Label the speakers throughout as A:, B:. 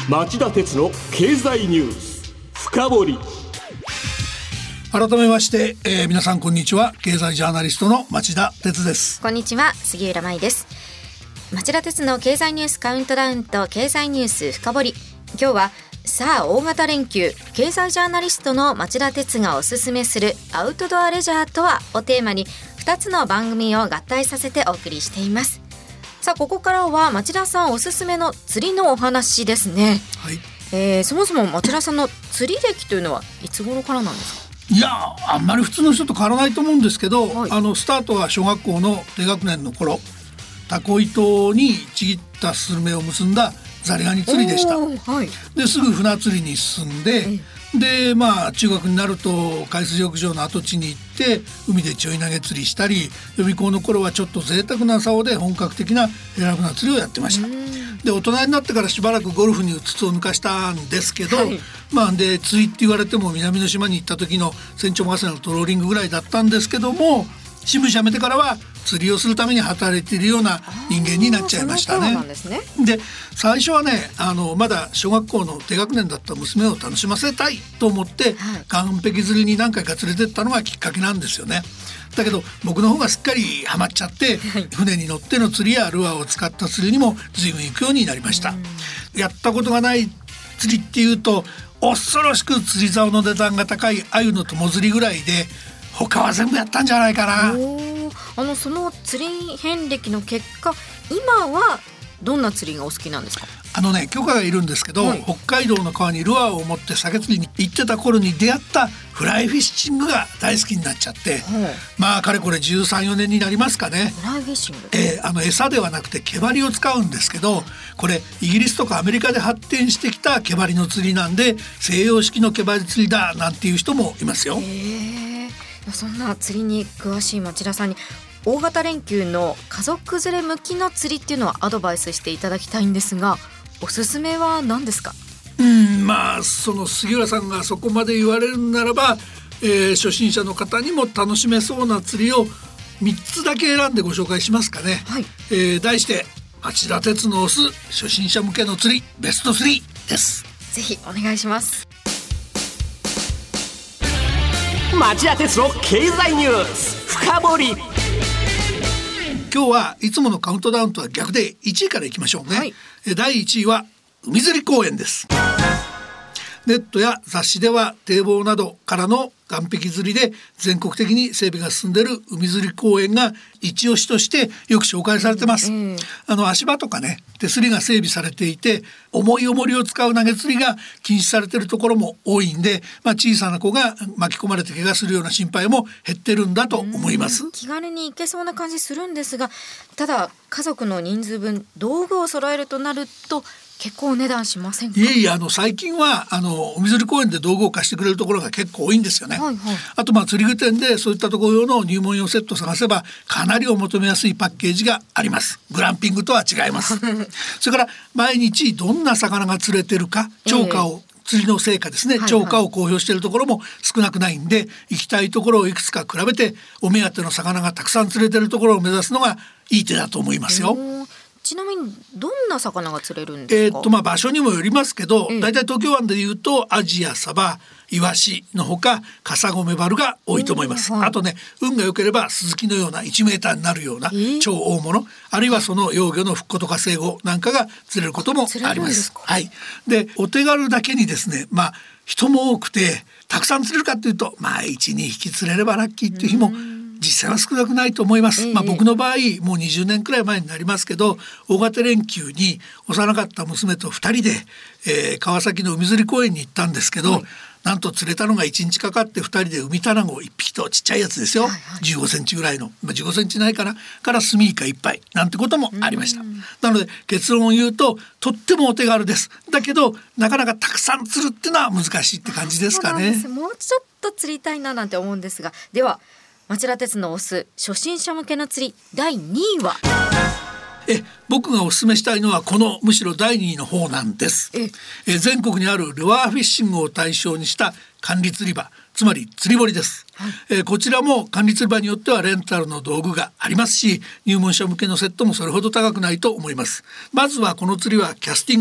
A: 町田鉄の経済ニュース深掘り。
B: 改めまして、皆さんこんにちは。経済ジャーナリストの町田鉄です。
C: こんにちは、杉浦舞です。町田鉄の経済ニュースカウントダウンと経済ニュース深掘り。今日はさあ大型連休、経済ジャーナリストの町田鉄がおすすめするアウトドアレジャーとはをテーマに2つの番組を合体させてお送りしています。さあここからは町田さんおすすめの釣りのお話ですね。
B: はい。
C: そもそも町田さんの釣り歴というのはいつ頃からなんですか？
B: いや、あんまり普通の人と変わらないと思うんですけど、
C: はい、
B: スタートは小学校の低学年の頃、タコ糸にちぎったスルメを結んだザリガニ釣りでした。
C: はい、
B: ですぐ船釣りに進んで、で中学になると海水浴場の跡地に行って海でちょい投げ釣りしたり、予備校の頃はちょっと贅沢な竿で本格的なヘラクナ釣りをやってました。で大人になってからしばらくゴルフにうつつを抜かしたんですけど、で釣りって言われても南の島に行った時の船長任せのトローリングぐらいだったんですけども、新聞社辞めてからは釣りをするために働いているような人間になっちゃいましたね。で最初はね、まだ小学校の低学年だった娘を楽しませたいと思って、岸壁釣りに何回か連れてったのがきっかけなんですよね。だけど僕の方がすっかりハマっちゃって、船に乗っての釣りやルアーを使った釣りにも随分行くようになりました。やったことがない釣りっていうと恐ろしく釣り竿の値段が高い鮎の友釣りぐらいで、他は全部やったんじゃないかな。
C: その釣り遍歴の結果、今はどんな釣りがお好きなんですか？
B: 許可がいるんですけど、北海道の川にルアーを持って鮭釣りに行ってた頃に出会ったフライフィッシングが大好きになっちゃって、かれこれ13、14年になりますかね。
C: フライフィッシング、
B: 餌ではなくて毛針を使うんですけど、これイギリスとかアメリカで発展してきた毛針の釣りなんで、西洋式の毛針釣りだなんていう人もいますよ。
C: そんな釣りに詳しい町田さんに大型連休の家族連れ向きの釣りっていうのはアドバイスしていただきたいんですが、おすすめは何ですか？
B: その杉浦さんがそこまで言われるならば、初心者の方にも楽しめそうな釣りを3つだけ選んでご紹介しますかね。題して町田鉄の推す初心者向けの釣りベスト3です。
C: ぜひお願いします。
A: 町田鉄の経済ニュース深掘り。
B: 今日はいつものカウントダウンとは逆で1位からいきましょうね。第1位は海釣り公園です。ネットや雑誌では堤防などからの岸壁釣りで全国的に整備が進んでいる海釣り公園が一押しとしてよく紹介されてます。足場とかね、手すりが整備されていて、重い重りを使う投げ釣りが禁止されているところも多いんで、小さな子が巻き込まれて怪我するような心配も減ってるんだと思います。
C: 気軽に行けそうな感じするんですが、ただ家族の人数分道具を揃えるとなると結構お値段しませんか？
B: 最近は海釣り公園で道具を貸してくれるところが結構多いんですよね。あと釣り具店でそういったところ用の入門用セットを探せばかなりお求めやすいパッケージがあります。グランピングとは違いますそれから毎日どんな魚が釣れてるか、釣果を釣りの成果ですね、釣果を公表しているところも少なくないんで、行きたいところをいくつか比べてお目当ての魚がたくさん釣れてるところを目指すのがいい手だと思いますよ。
C: ちなみにどんな魚が釣れるんですか？
B: 場所にもよりますけど、だいたい東京湾でいうとアジやサバ、イワシのほかカサゴメバルが多いと思います。あとね、運が良ければスズキのような1メーターになるような超大物、あるいはその幼魚のフッコとかセイゴなんかが釣れることもあります。でお手軽だけにですね、人も多くてたくさん釣れるかというと、1、2匹釣れればラッキーっていう日も実際は少なくないと思います。僕の場合もう20年くらい前になりますけど、大型連休に幼かった娘と2人で、川崎の海釣り公園に行ったんですけど、なんと釣れたのが1日かかって2人で海タナゴ1匹とちっちゃいやつですよ、15センチぐらいの、15センチないかなからスミイカ1杯なんてこともありました。なので結論を言うととってもお手軽です。だけどなかなかたくさん釣るっていうのは難しいって感じですかね。
C: もうちょっと釣りたいななんて思うんですが、では町田鉄の推す初心者向けの釣り第2位は？
B: 僕がお勧めしたいのはむしろ第2位の方なんです。全国にあるルアーフィッシングを対象にした管理釣り場、つまり釣り堀です。こちらも管理釣り場によってはレンタルの道具がありますし、入門者向けのセットもそれほど高くないと思います。まずはこの釣りはキャスティング、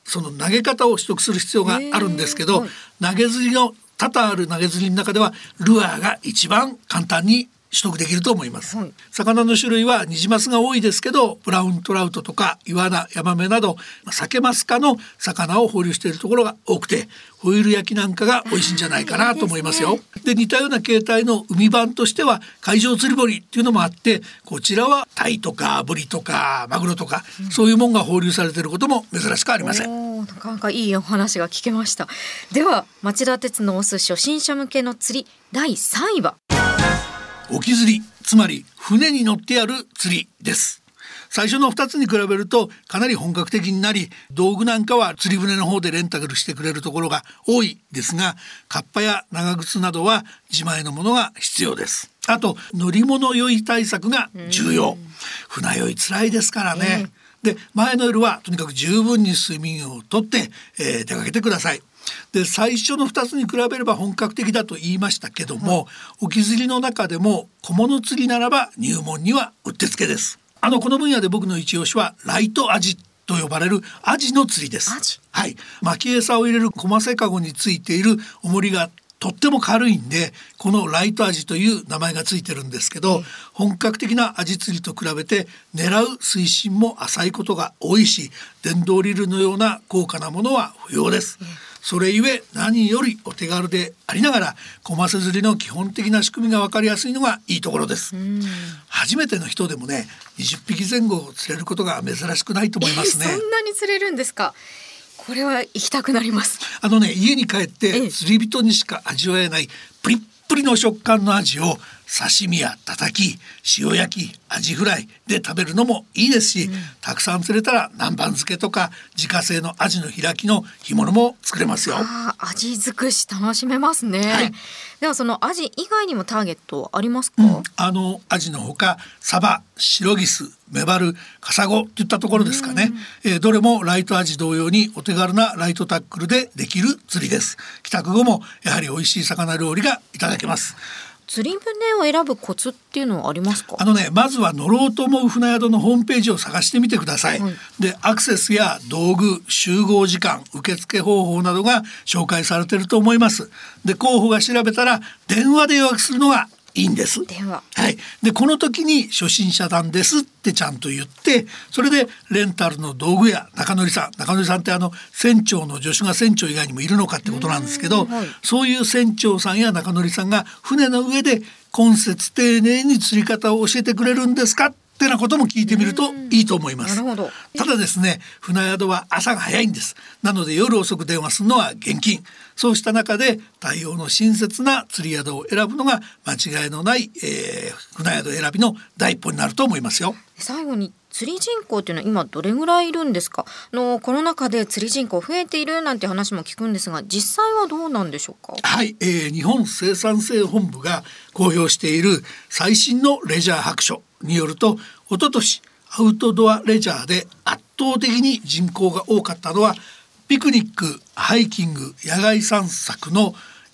B: その投げ方を取得する必要があるんですけど、投げ釣りの多々ある投げ釣りの中ではルアーが一番簡単に取得できると思います、魚の種類はニジマスが多いですけど、ブラウントラウトとかイワナ、ヤマメなどサケマス科の魚を放流しているところが多くて、ホイル焼きなんかが美味しいんじゃないかなと思いますよ。で似たような形態の海版としては海上釣り堀っていうのもあって、こちらはタイとかブリとかマグロとか、そういうもんが放流されていることも珍しくありません。
C: なかなかいいお話が聞けました。では町田鉄の推す初心者向けの釣り第3位は
B: 沖釣り、つまり船に乗ってやる釣りです。最初の2つに比べるとかなり本格的になり、道具なんかは釣り船の方でレンタルしてくれるところが多いですが、カッパや長靴などは自前のものが必要です。あと乗り物酔い対策が重要。船酔いつらいですからね、で前の夜はとにかく十分に睡眠をとって、出かけてください。で最初の2つに比べれば本格的だと言いましたけども、沖釣りの中でも小物釣りならば入門にはうってつけです。この分野で僕の一押しはライトアジと呼ばれるアジの釣りです。はい、巻き餌を入れるコマセカゴについている重りがとっても軽いんで、このライトアジという名前がついてるんですけど、本格的なアジ釣りと比べて狙う水深も浅いことが多いし、電動リールのような高価なものは不要です。それゆえ何よりお手軽でありながら、コマセ釣りの基本的な仕組みが分かりやすいのがいいところです。初めての人でもね、20匹前後釣れることが珍しくないと思いますね。
C: そんなに釣れるんですか。これは行きたくなります。
B: 家に帰って釣り人にしか味わえないプリップリの食感のアジを刺身やたたき、塩焼き、アジフライで食べるのもいいですし、たくさん釣れたら南蛮漬けとか自家製のアジの開きの干物も作れますよ。
C: 味尽くし楽しめますね、ではそのアジ以外にもターゲットはありますか。
B: アジのほかサバ、シロギス、メバル、カサゴといったところですかね、どれもライトアジ同様にお手軽なライトタックルでできる釣りです。帰宅後もやはり美味しい魚料理がいただけます。
C: 釣り船を選ぶコツっていうのはありますか。
B: まずは乗ろうと思う船宿のホームページを探してみてください、でアクセスや道具、集合時間、受付方法などが紹介されていると思います。で候補が調べたら電話で予約するのがいいんです。でこの時に初心者団ですってちゃんと言って、それでレンタルの道具や中乗りさんって船長の助手が船長以外にもいるのかってことなんですけど、そういう船長さんや中乗りさんが船の上で今節丁寧に釣り方を教えてくれるんですかってなことも聞いてみるといいと思います。ただですね、船宿は朝が早いんです。なので夜遅く電話するのは厳禁。そうした中で対応の親切な釣り宿を選ぶのが間違いのない、船宿選びの第一歩になると思いますよ。
C: 最後に釣り人口っていうのは今どれぐらいいるんですか。コロナ禍で釣り人口増えているなんて話も聞くんですが、実際はどうなんでしょうか。
B: 日本生産性本部が公表している最新のレジャー白書によると、一昨年アウトドアレジャーで圧倒的に人口が多かったのはピクニック、ハイキング、野外散策の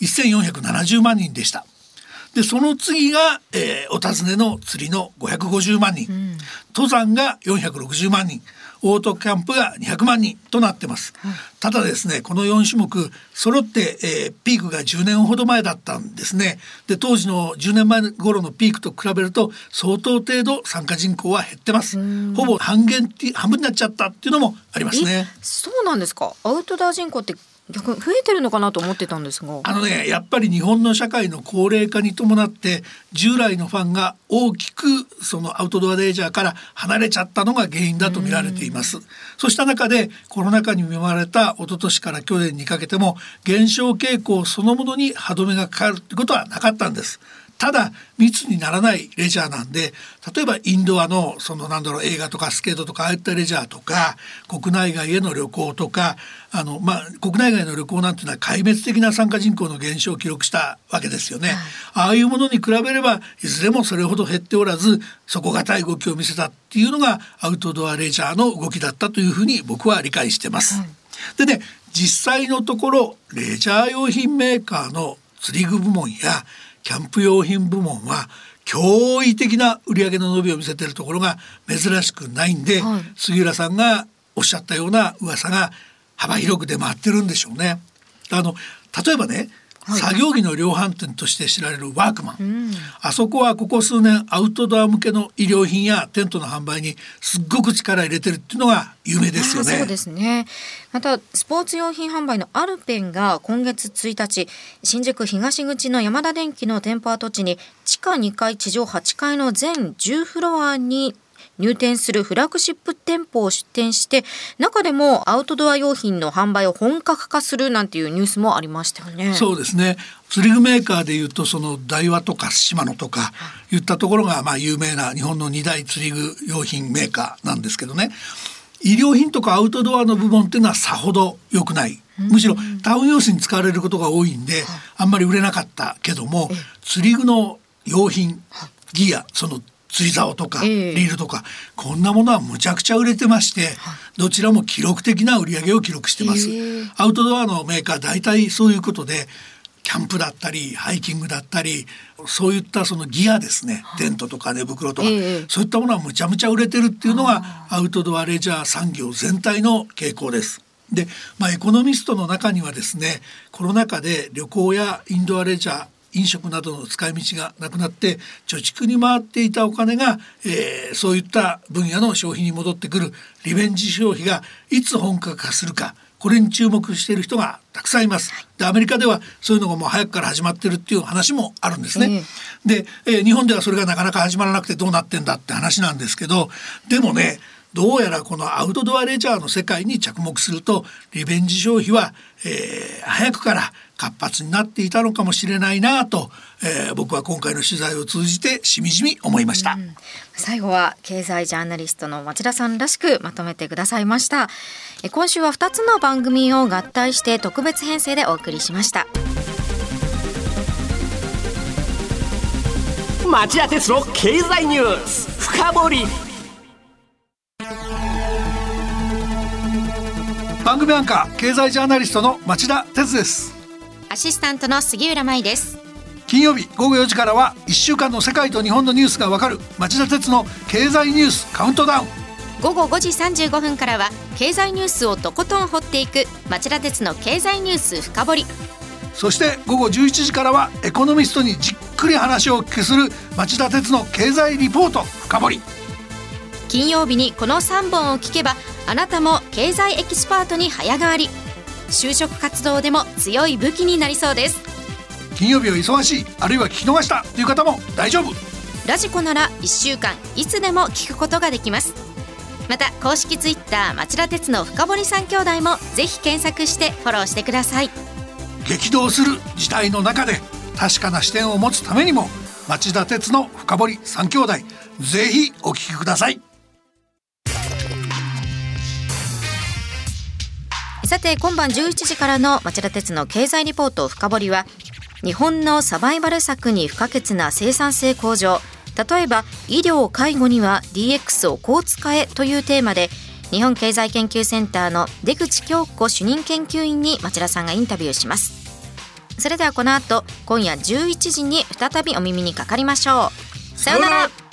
B: 1470万人でした。でその次が、お尋ねの釣りの550万人、登山が460万人、オートキャンプが200万人となってます、ただですね、この4種目揃って、ピークが10年ほど前だったんですね。で当時の10年前頃のピークと比べると相当程度参加人口は減ってます。ほぼ半分になっちゃったっていうのもありますね。
C: そうなんですか。アウトドア人口って逆に増えてるのかなと思ってたんですが、
B: やっぱり日本の社会の高齢化に伴って従来のファンが大きくそのアウトドアレジャーから離れちゃったのが原因だと見られています。そうした中でコロナ禍に見舞われた一昨年から去年にかけても減少傾向そのものに歯止めがかかるってことはなかったんです。ただ密にならないレジャーなんで、例えばインドアの映画とかスケートとかああいったレジャーとか国内外への旅行とか国内外の旅行なんていうのは壊滅的な参加人口の減少を記録したわけですよね、ああいうものに比べればいずれもそれほど減っておらず底堅い動きを見せたっていうのがアウトドアレジャーの動きだったというふうに僕は理解してます、でね、実際のところレジャー用品メーカーの釣り具部門やキャンプ用品部門は驚異的な売上の伸びを見せているところが珍しくないんで、杉浦さんがおっしゃったような噂が幅広く出回ってるんでしょうね。例えばね、作業着の量販店として知られるワークマン、あそこはここ数年アウトドア向けの衣料品やテントの販売にすっごく力入れてるっていうのが有名ですよね。
C: そうですね。またスポーツ用品販売のアルペンが今月1日新宿東口のヤマダ電機の店舗跡地に地下2階地上8階の全10フロアに入店するフラッグシップ店舗を出店して、中でもアウトドア用品の販売を本格化するなんていうニュースもありましたよね。
B: そうですね。釣り具メーカーでいうとそのダイワとかシマノとかいったところが有名な日本の2大釣り具用品メーカーなんですけどね、衣料品とかアウトドアの部門っていうのはさほど良くない、むしろタウン用水に使われることが多いんであんまり売れなかったけども、釣り具の用品、ギア、その釣り竿とかリールとか、こんなものはむちゃくちゃ売れてまして、どちらも記録的な売り上げを記録してます。アウトドアのメーカー大体そういうことで、キャンプだったりハイキングだったりそういったそのギアですね、テントとか寝袋とか、そういったものはむちゃむちゃ売れてるっていうのがアウトドアレジャー産業全体の傾向です。で、エコノミストの中にはですね、コロナ禍で旅行やインドアレジャー、飲食などの使い道がなくなって貯蓄に回っていたお金が、そういった分野の消費に戻ってくるリベンジ消費がいつ本格化するか、これに注目している人がたくさんいます。で、アメリカではそういうのがもう早くから始まってるっていう話もあるんですね。で、日本ではそれがなかなか始まらなくてどうなってんだって話なんですけど、でもね、どうやらこのアウトドアレジャーの世界に着目するとリベンジ消費は、早くから活発になっていたのかもしれないなと、僕は今回の取材を通じてしみじみ思いました。
C: 最後は経済ジャーナリストの町田さんらしくまとめてくださいました。今週は2つの番組を合体して特別編成でお送りしました。
A: 町田鉄の経済ニュース深掘り。
B: 番組アンカー経済ジャーナリストの町田鉄です。
C: アシスタントの杉浦舞です。
B: 金曜日午後4時からは1週間の世界と日本のニュースがわかる町田鉄の経済ニュースカウントダウン。
C: 午後5時35分からは経済ニュースをとことん掘っていく町田鉄の経済ニュース深掘り。
B: そして午後11時からはエコノミストにじっくり話をお聞きする町田鉄の経済リポート深掘り。
C: 金曜日にこの3本を聞けばあなたも経済エキスパートに早変わり。就職活動でも強い武器になりそうです。
B: 金曜日は忙しい、あるいは聞き逃したという方も大丈夫。
C: ラジコなら1週間いつでも聞くことができます。また公式ツイッター町田鉄の深堀三兄弟もぜひ検索してフォローしてください。
B: 激動する事態の中で確かな視点を持つためにも町田鉄の深堀三兄弟、ぜひお聞きください。
C: さて今晩11時からの町田鉄の経済リポート深掘りは、日本のサバイバル策に不可欠な生産性向上、例えば医療介護には DX をこう使えというテーマで、日本経済研究センターの出口京子主任研究員に町田さんがインタビューします。それではこの後今夜11時に再びお耳にかかりましょう。さようなら。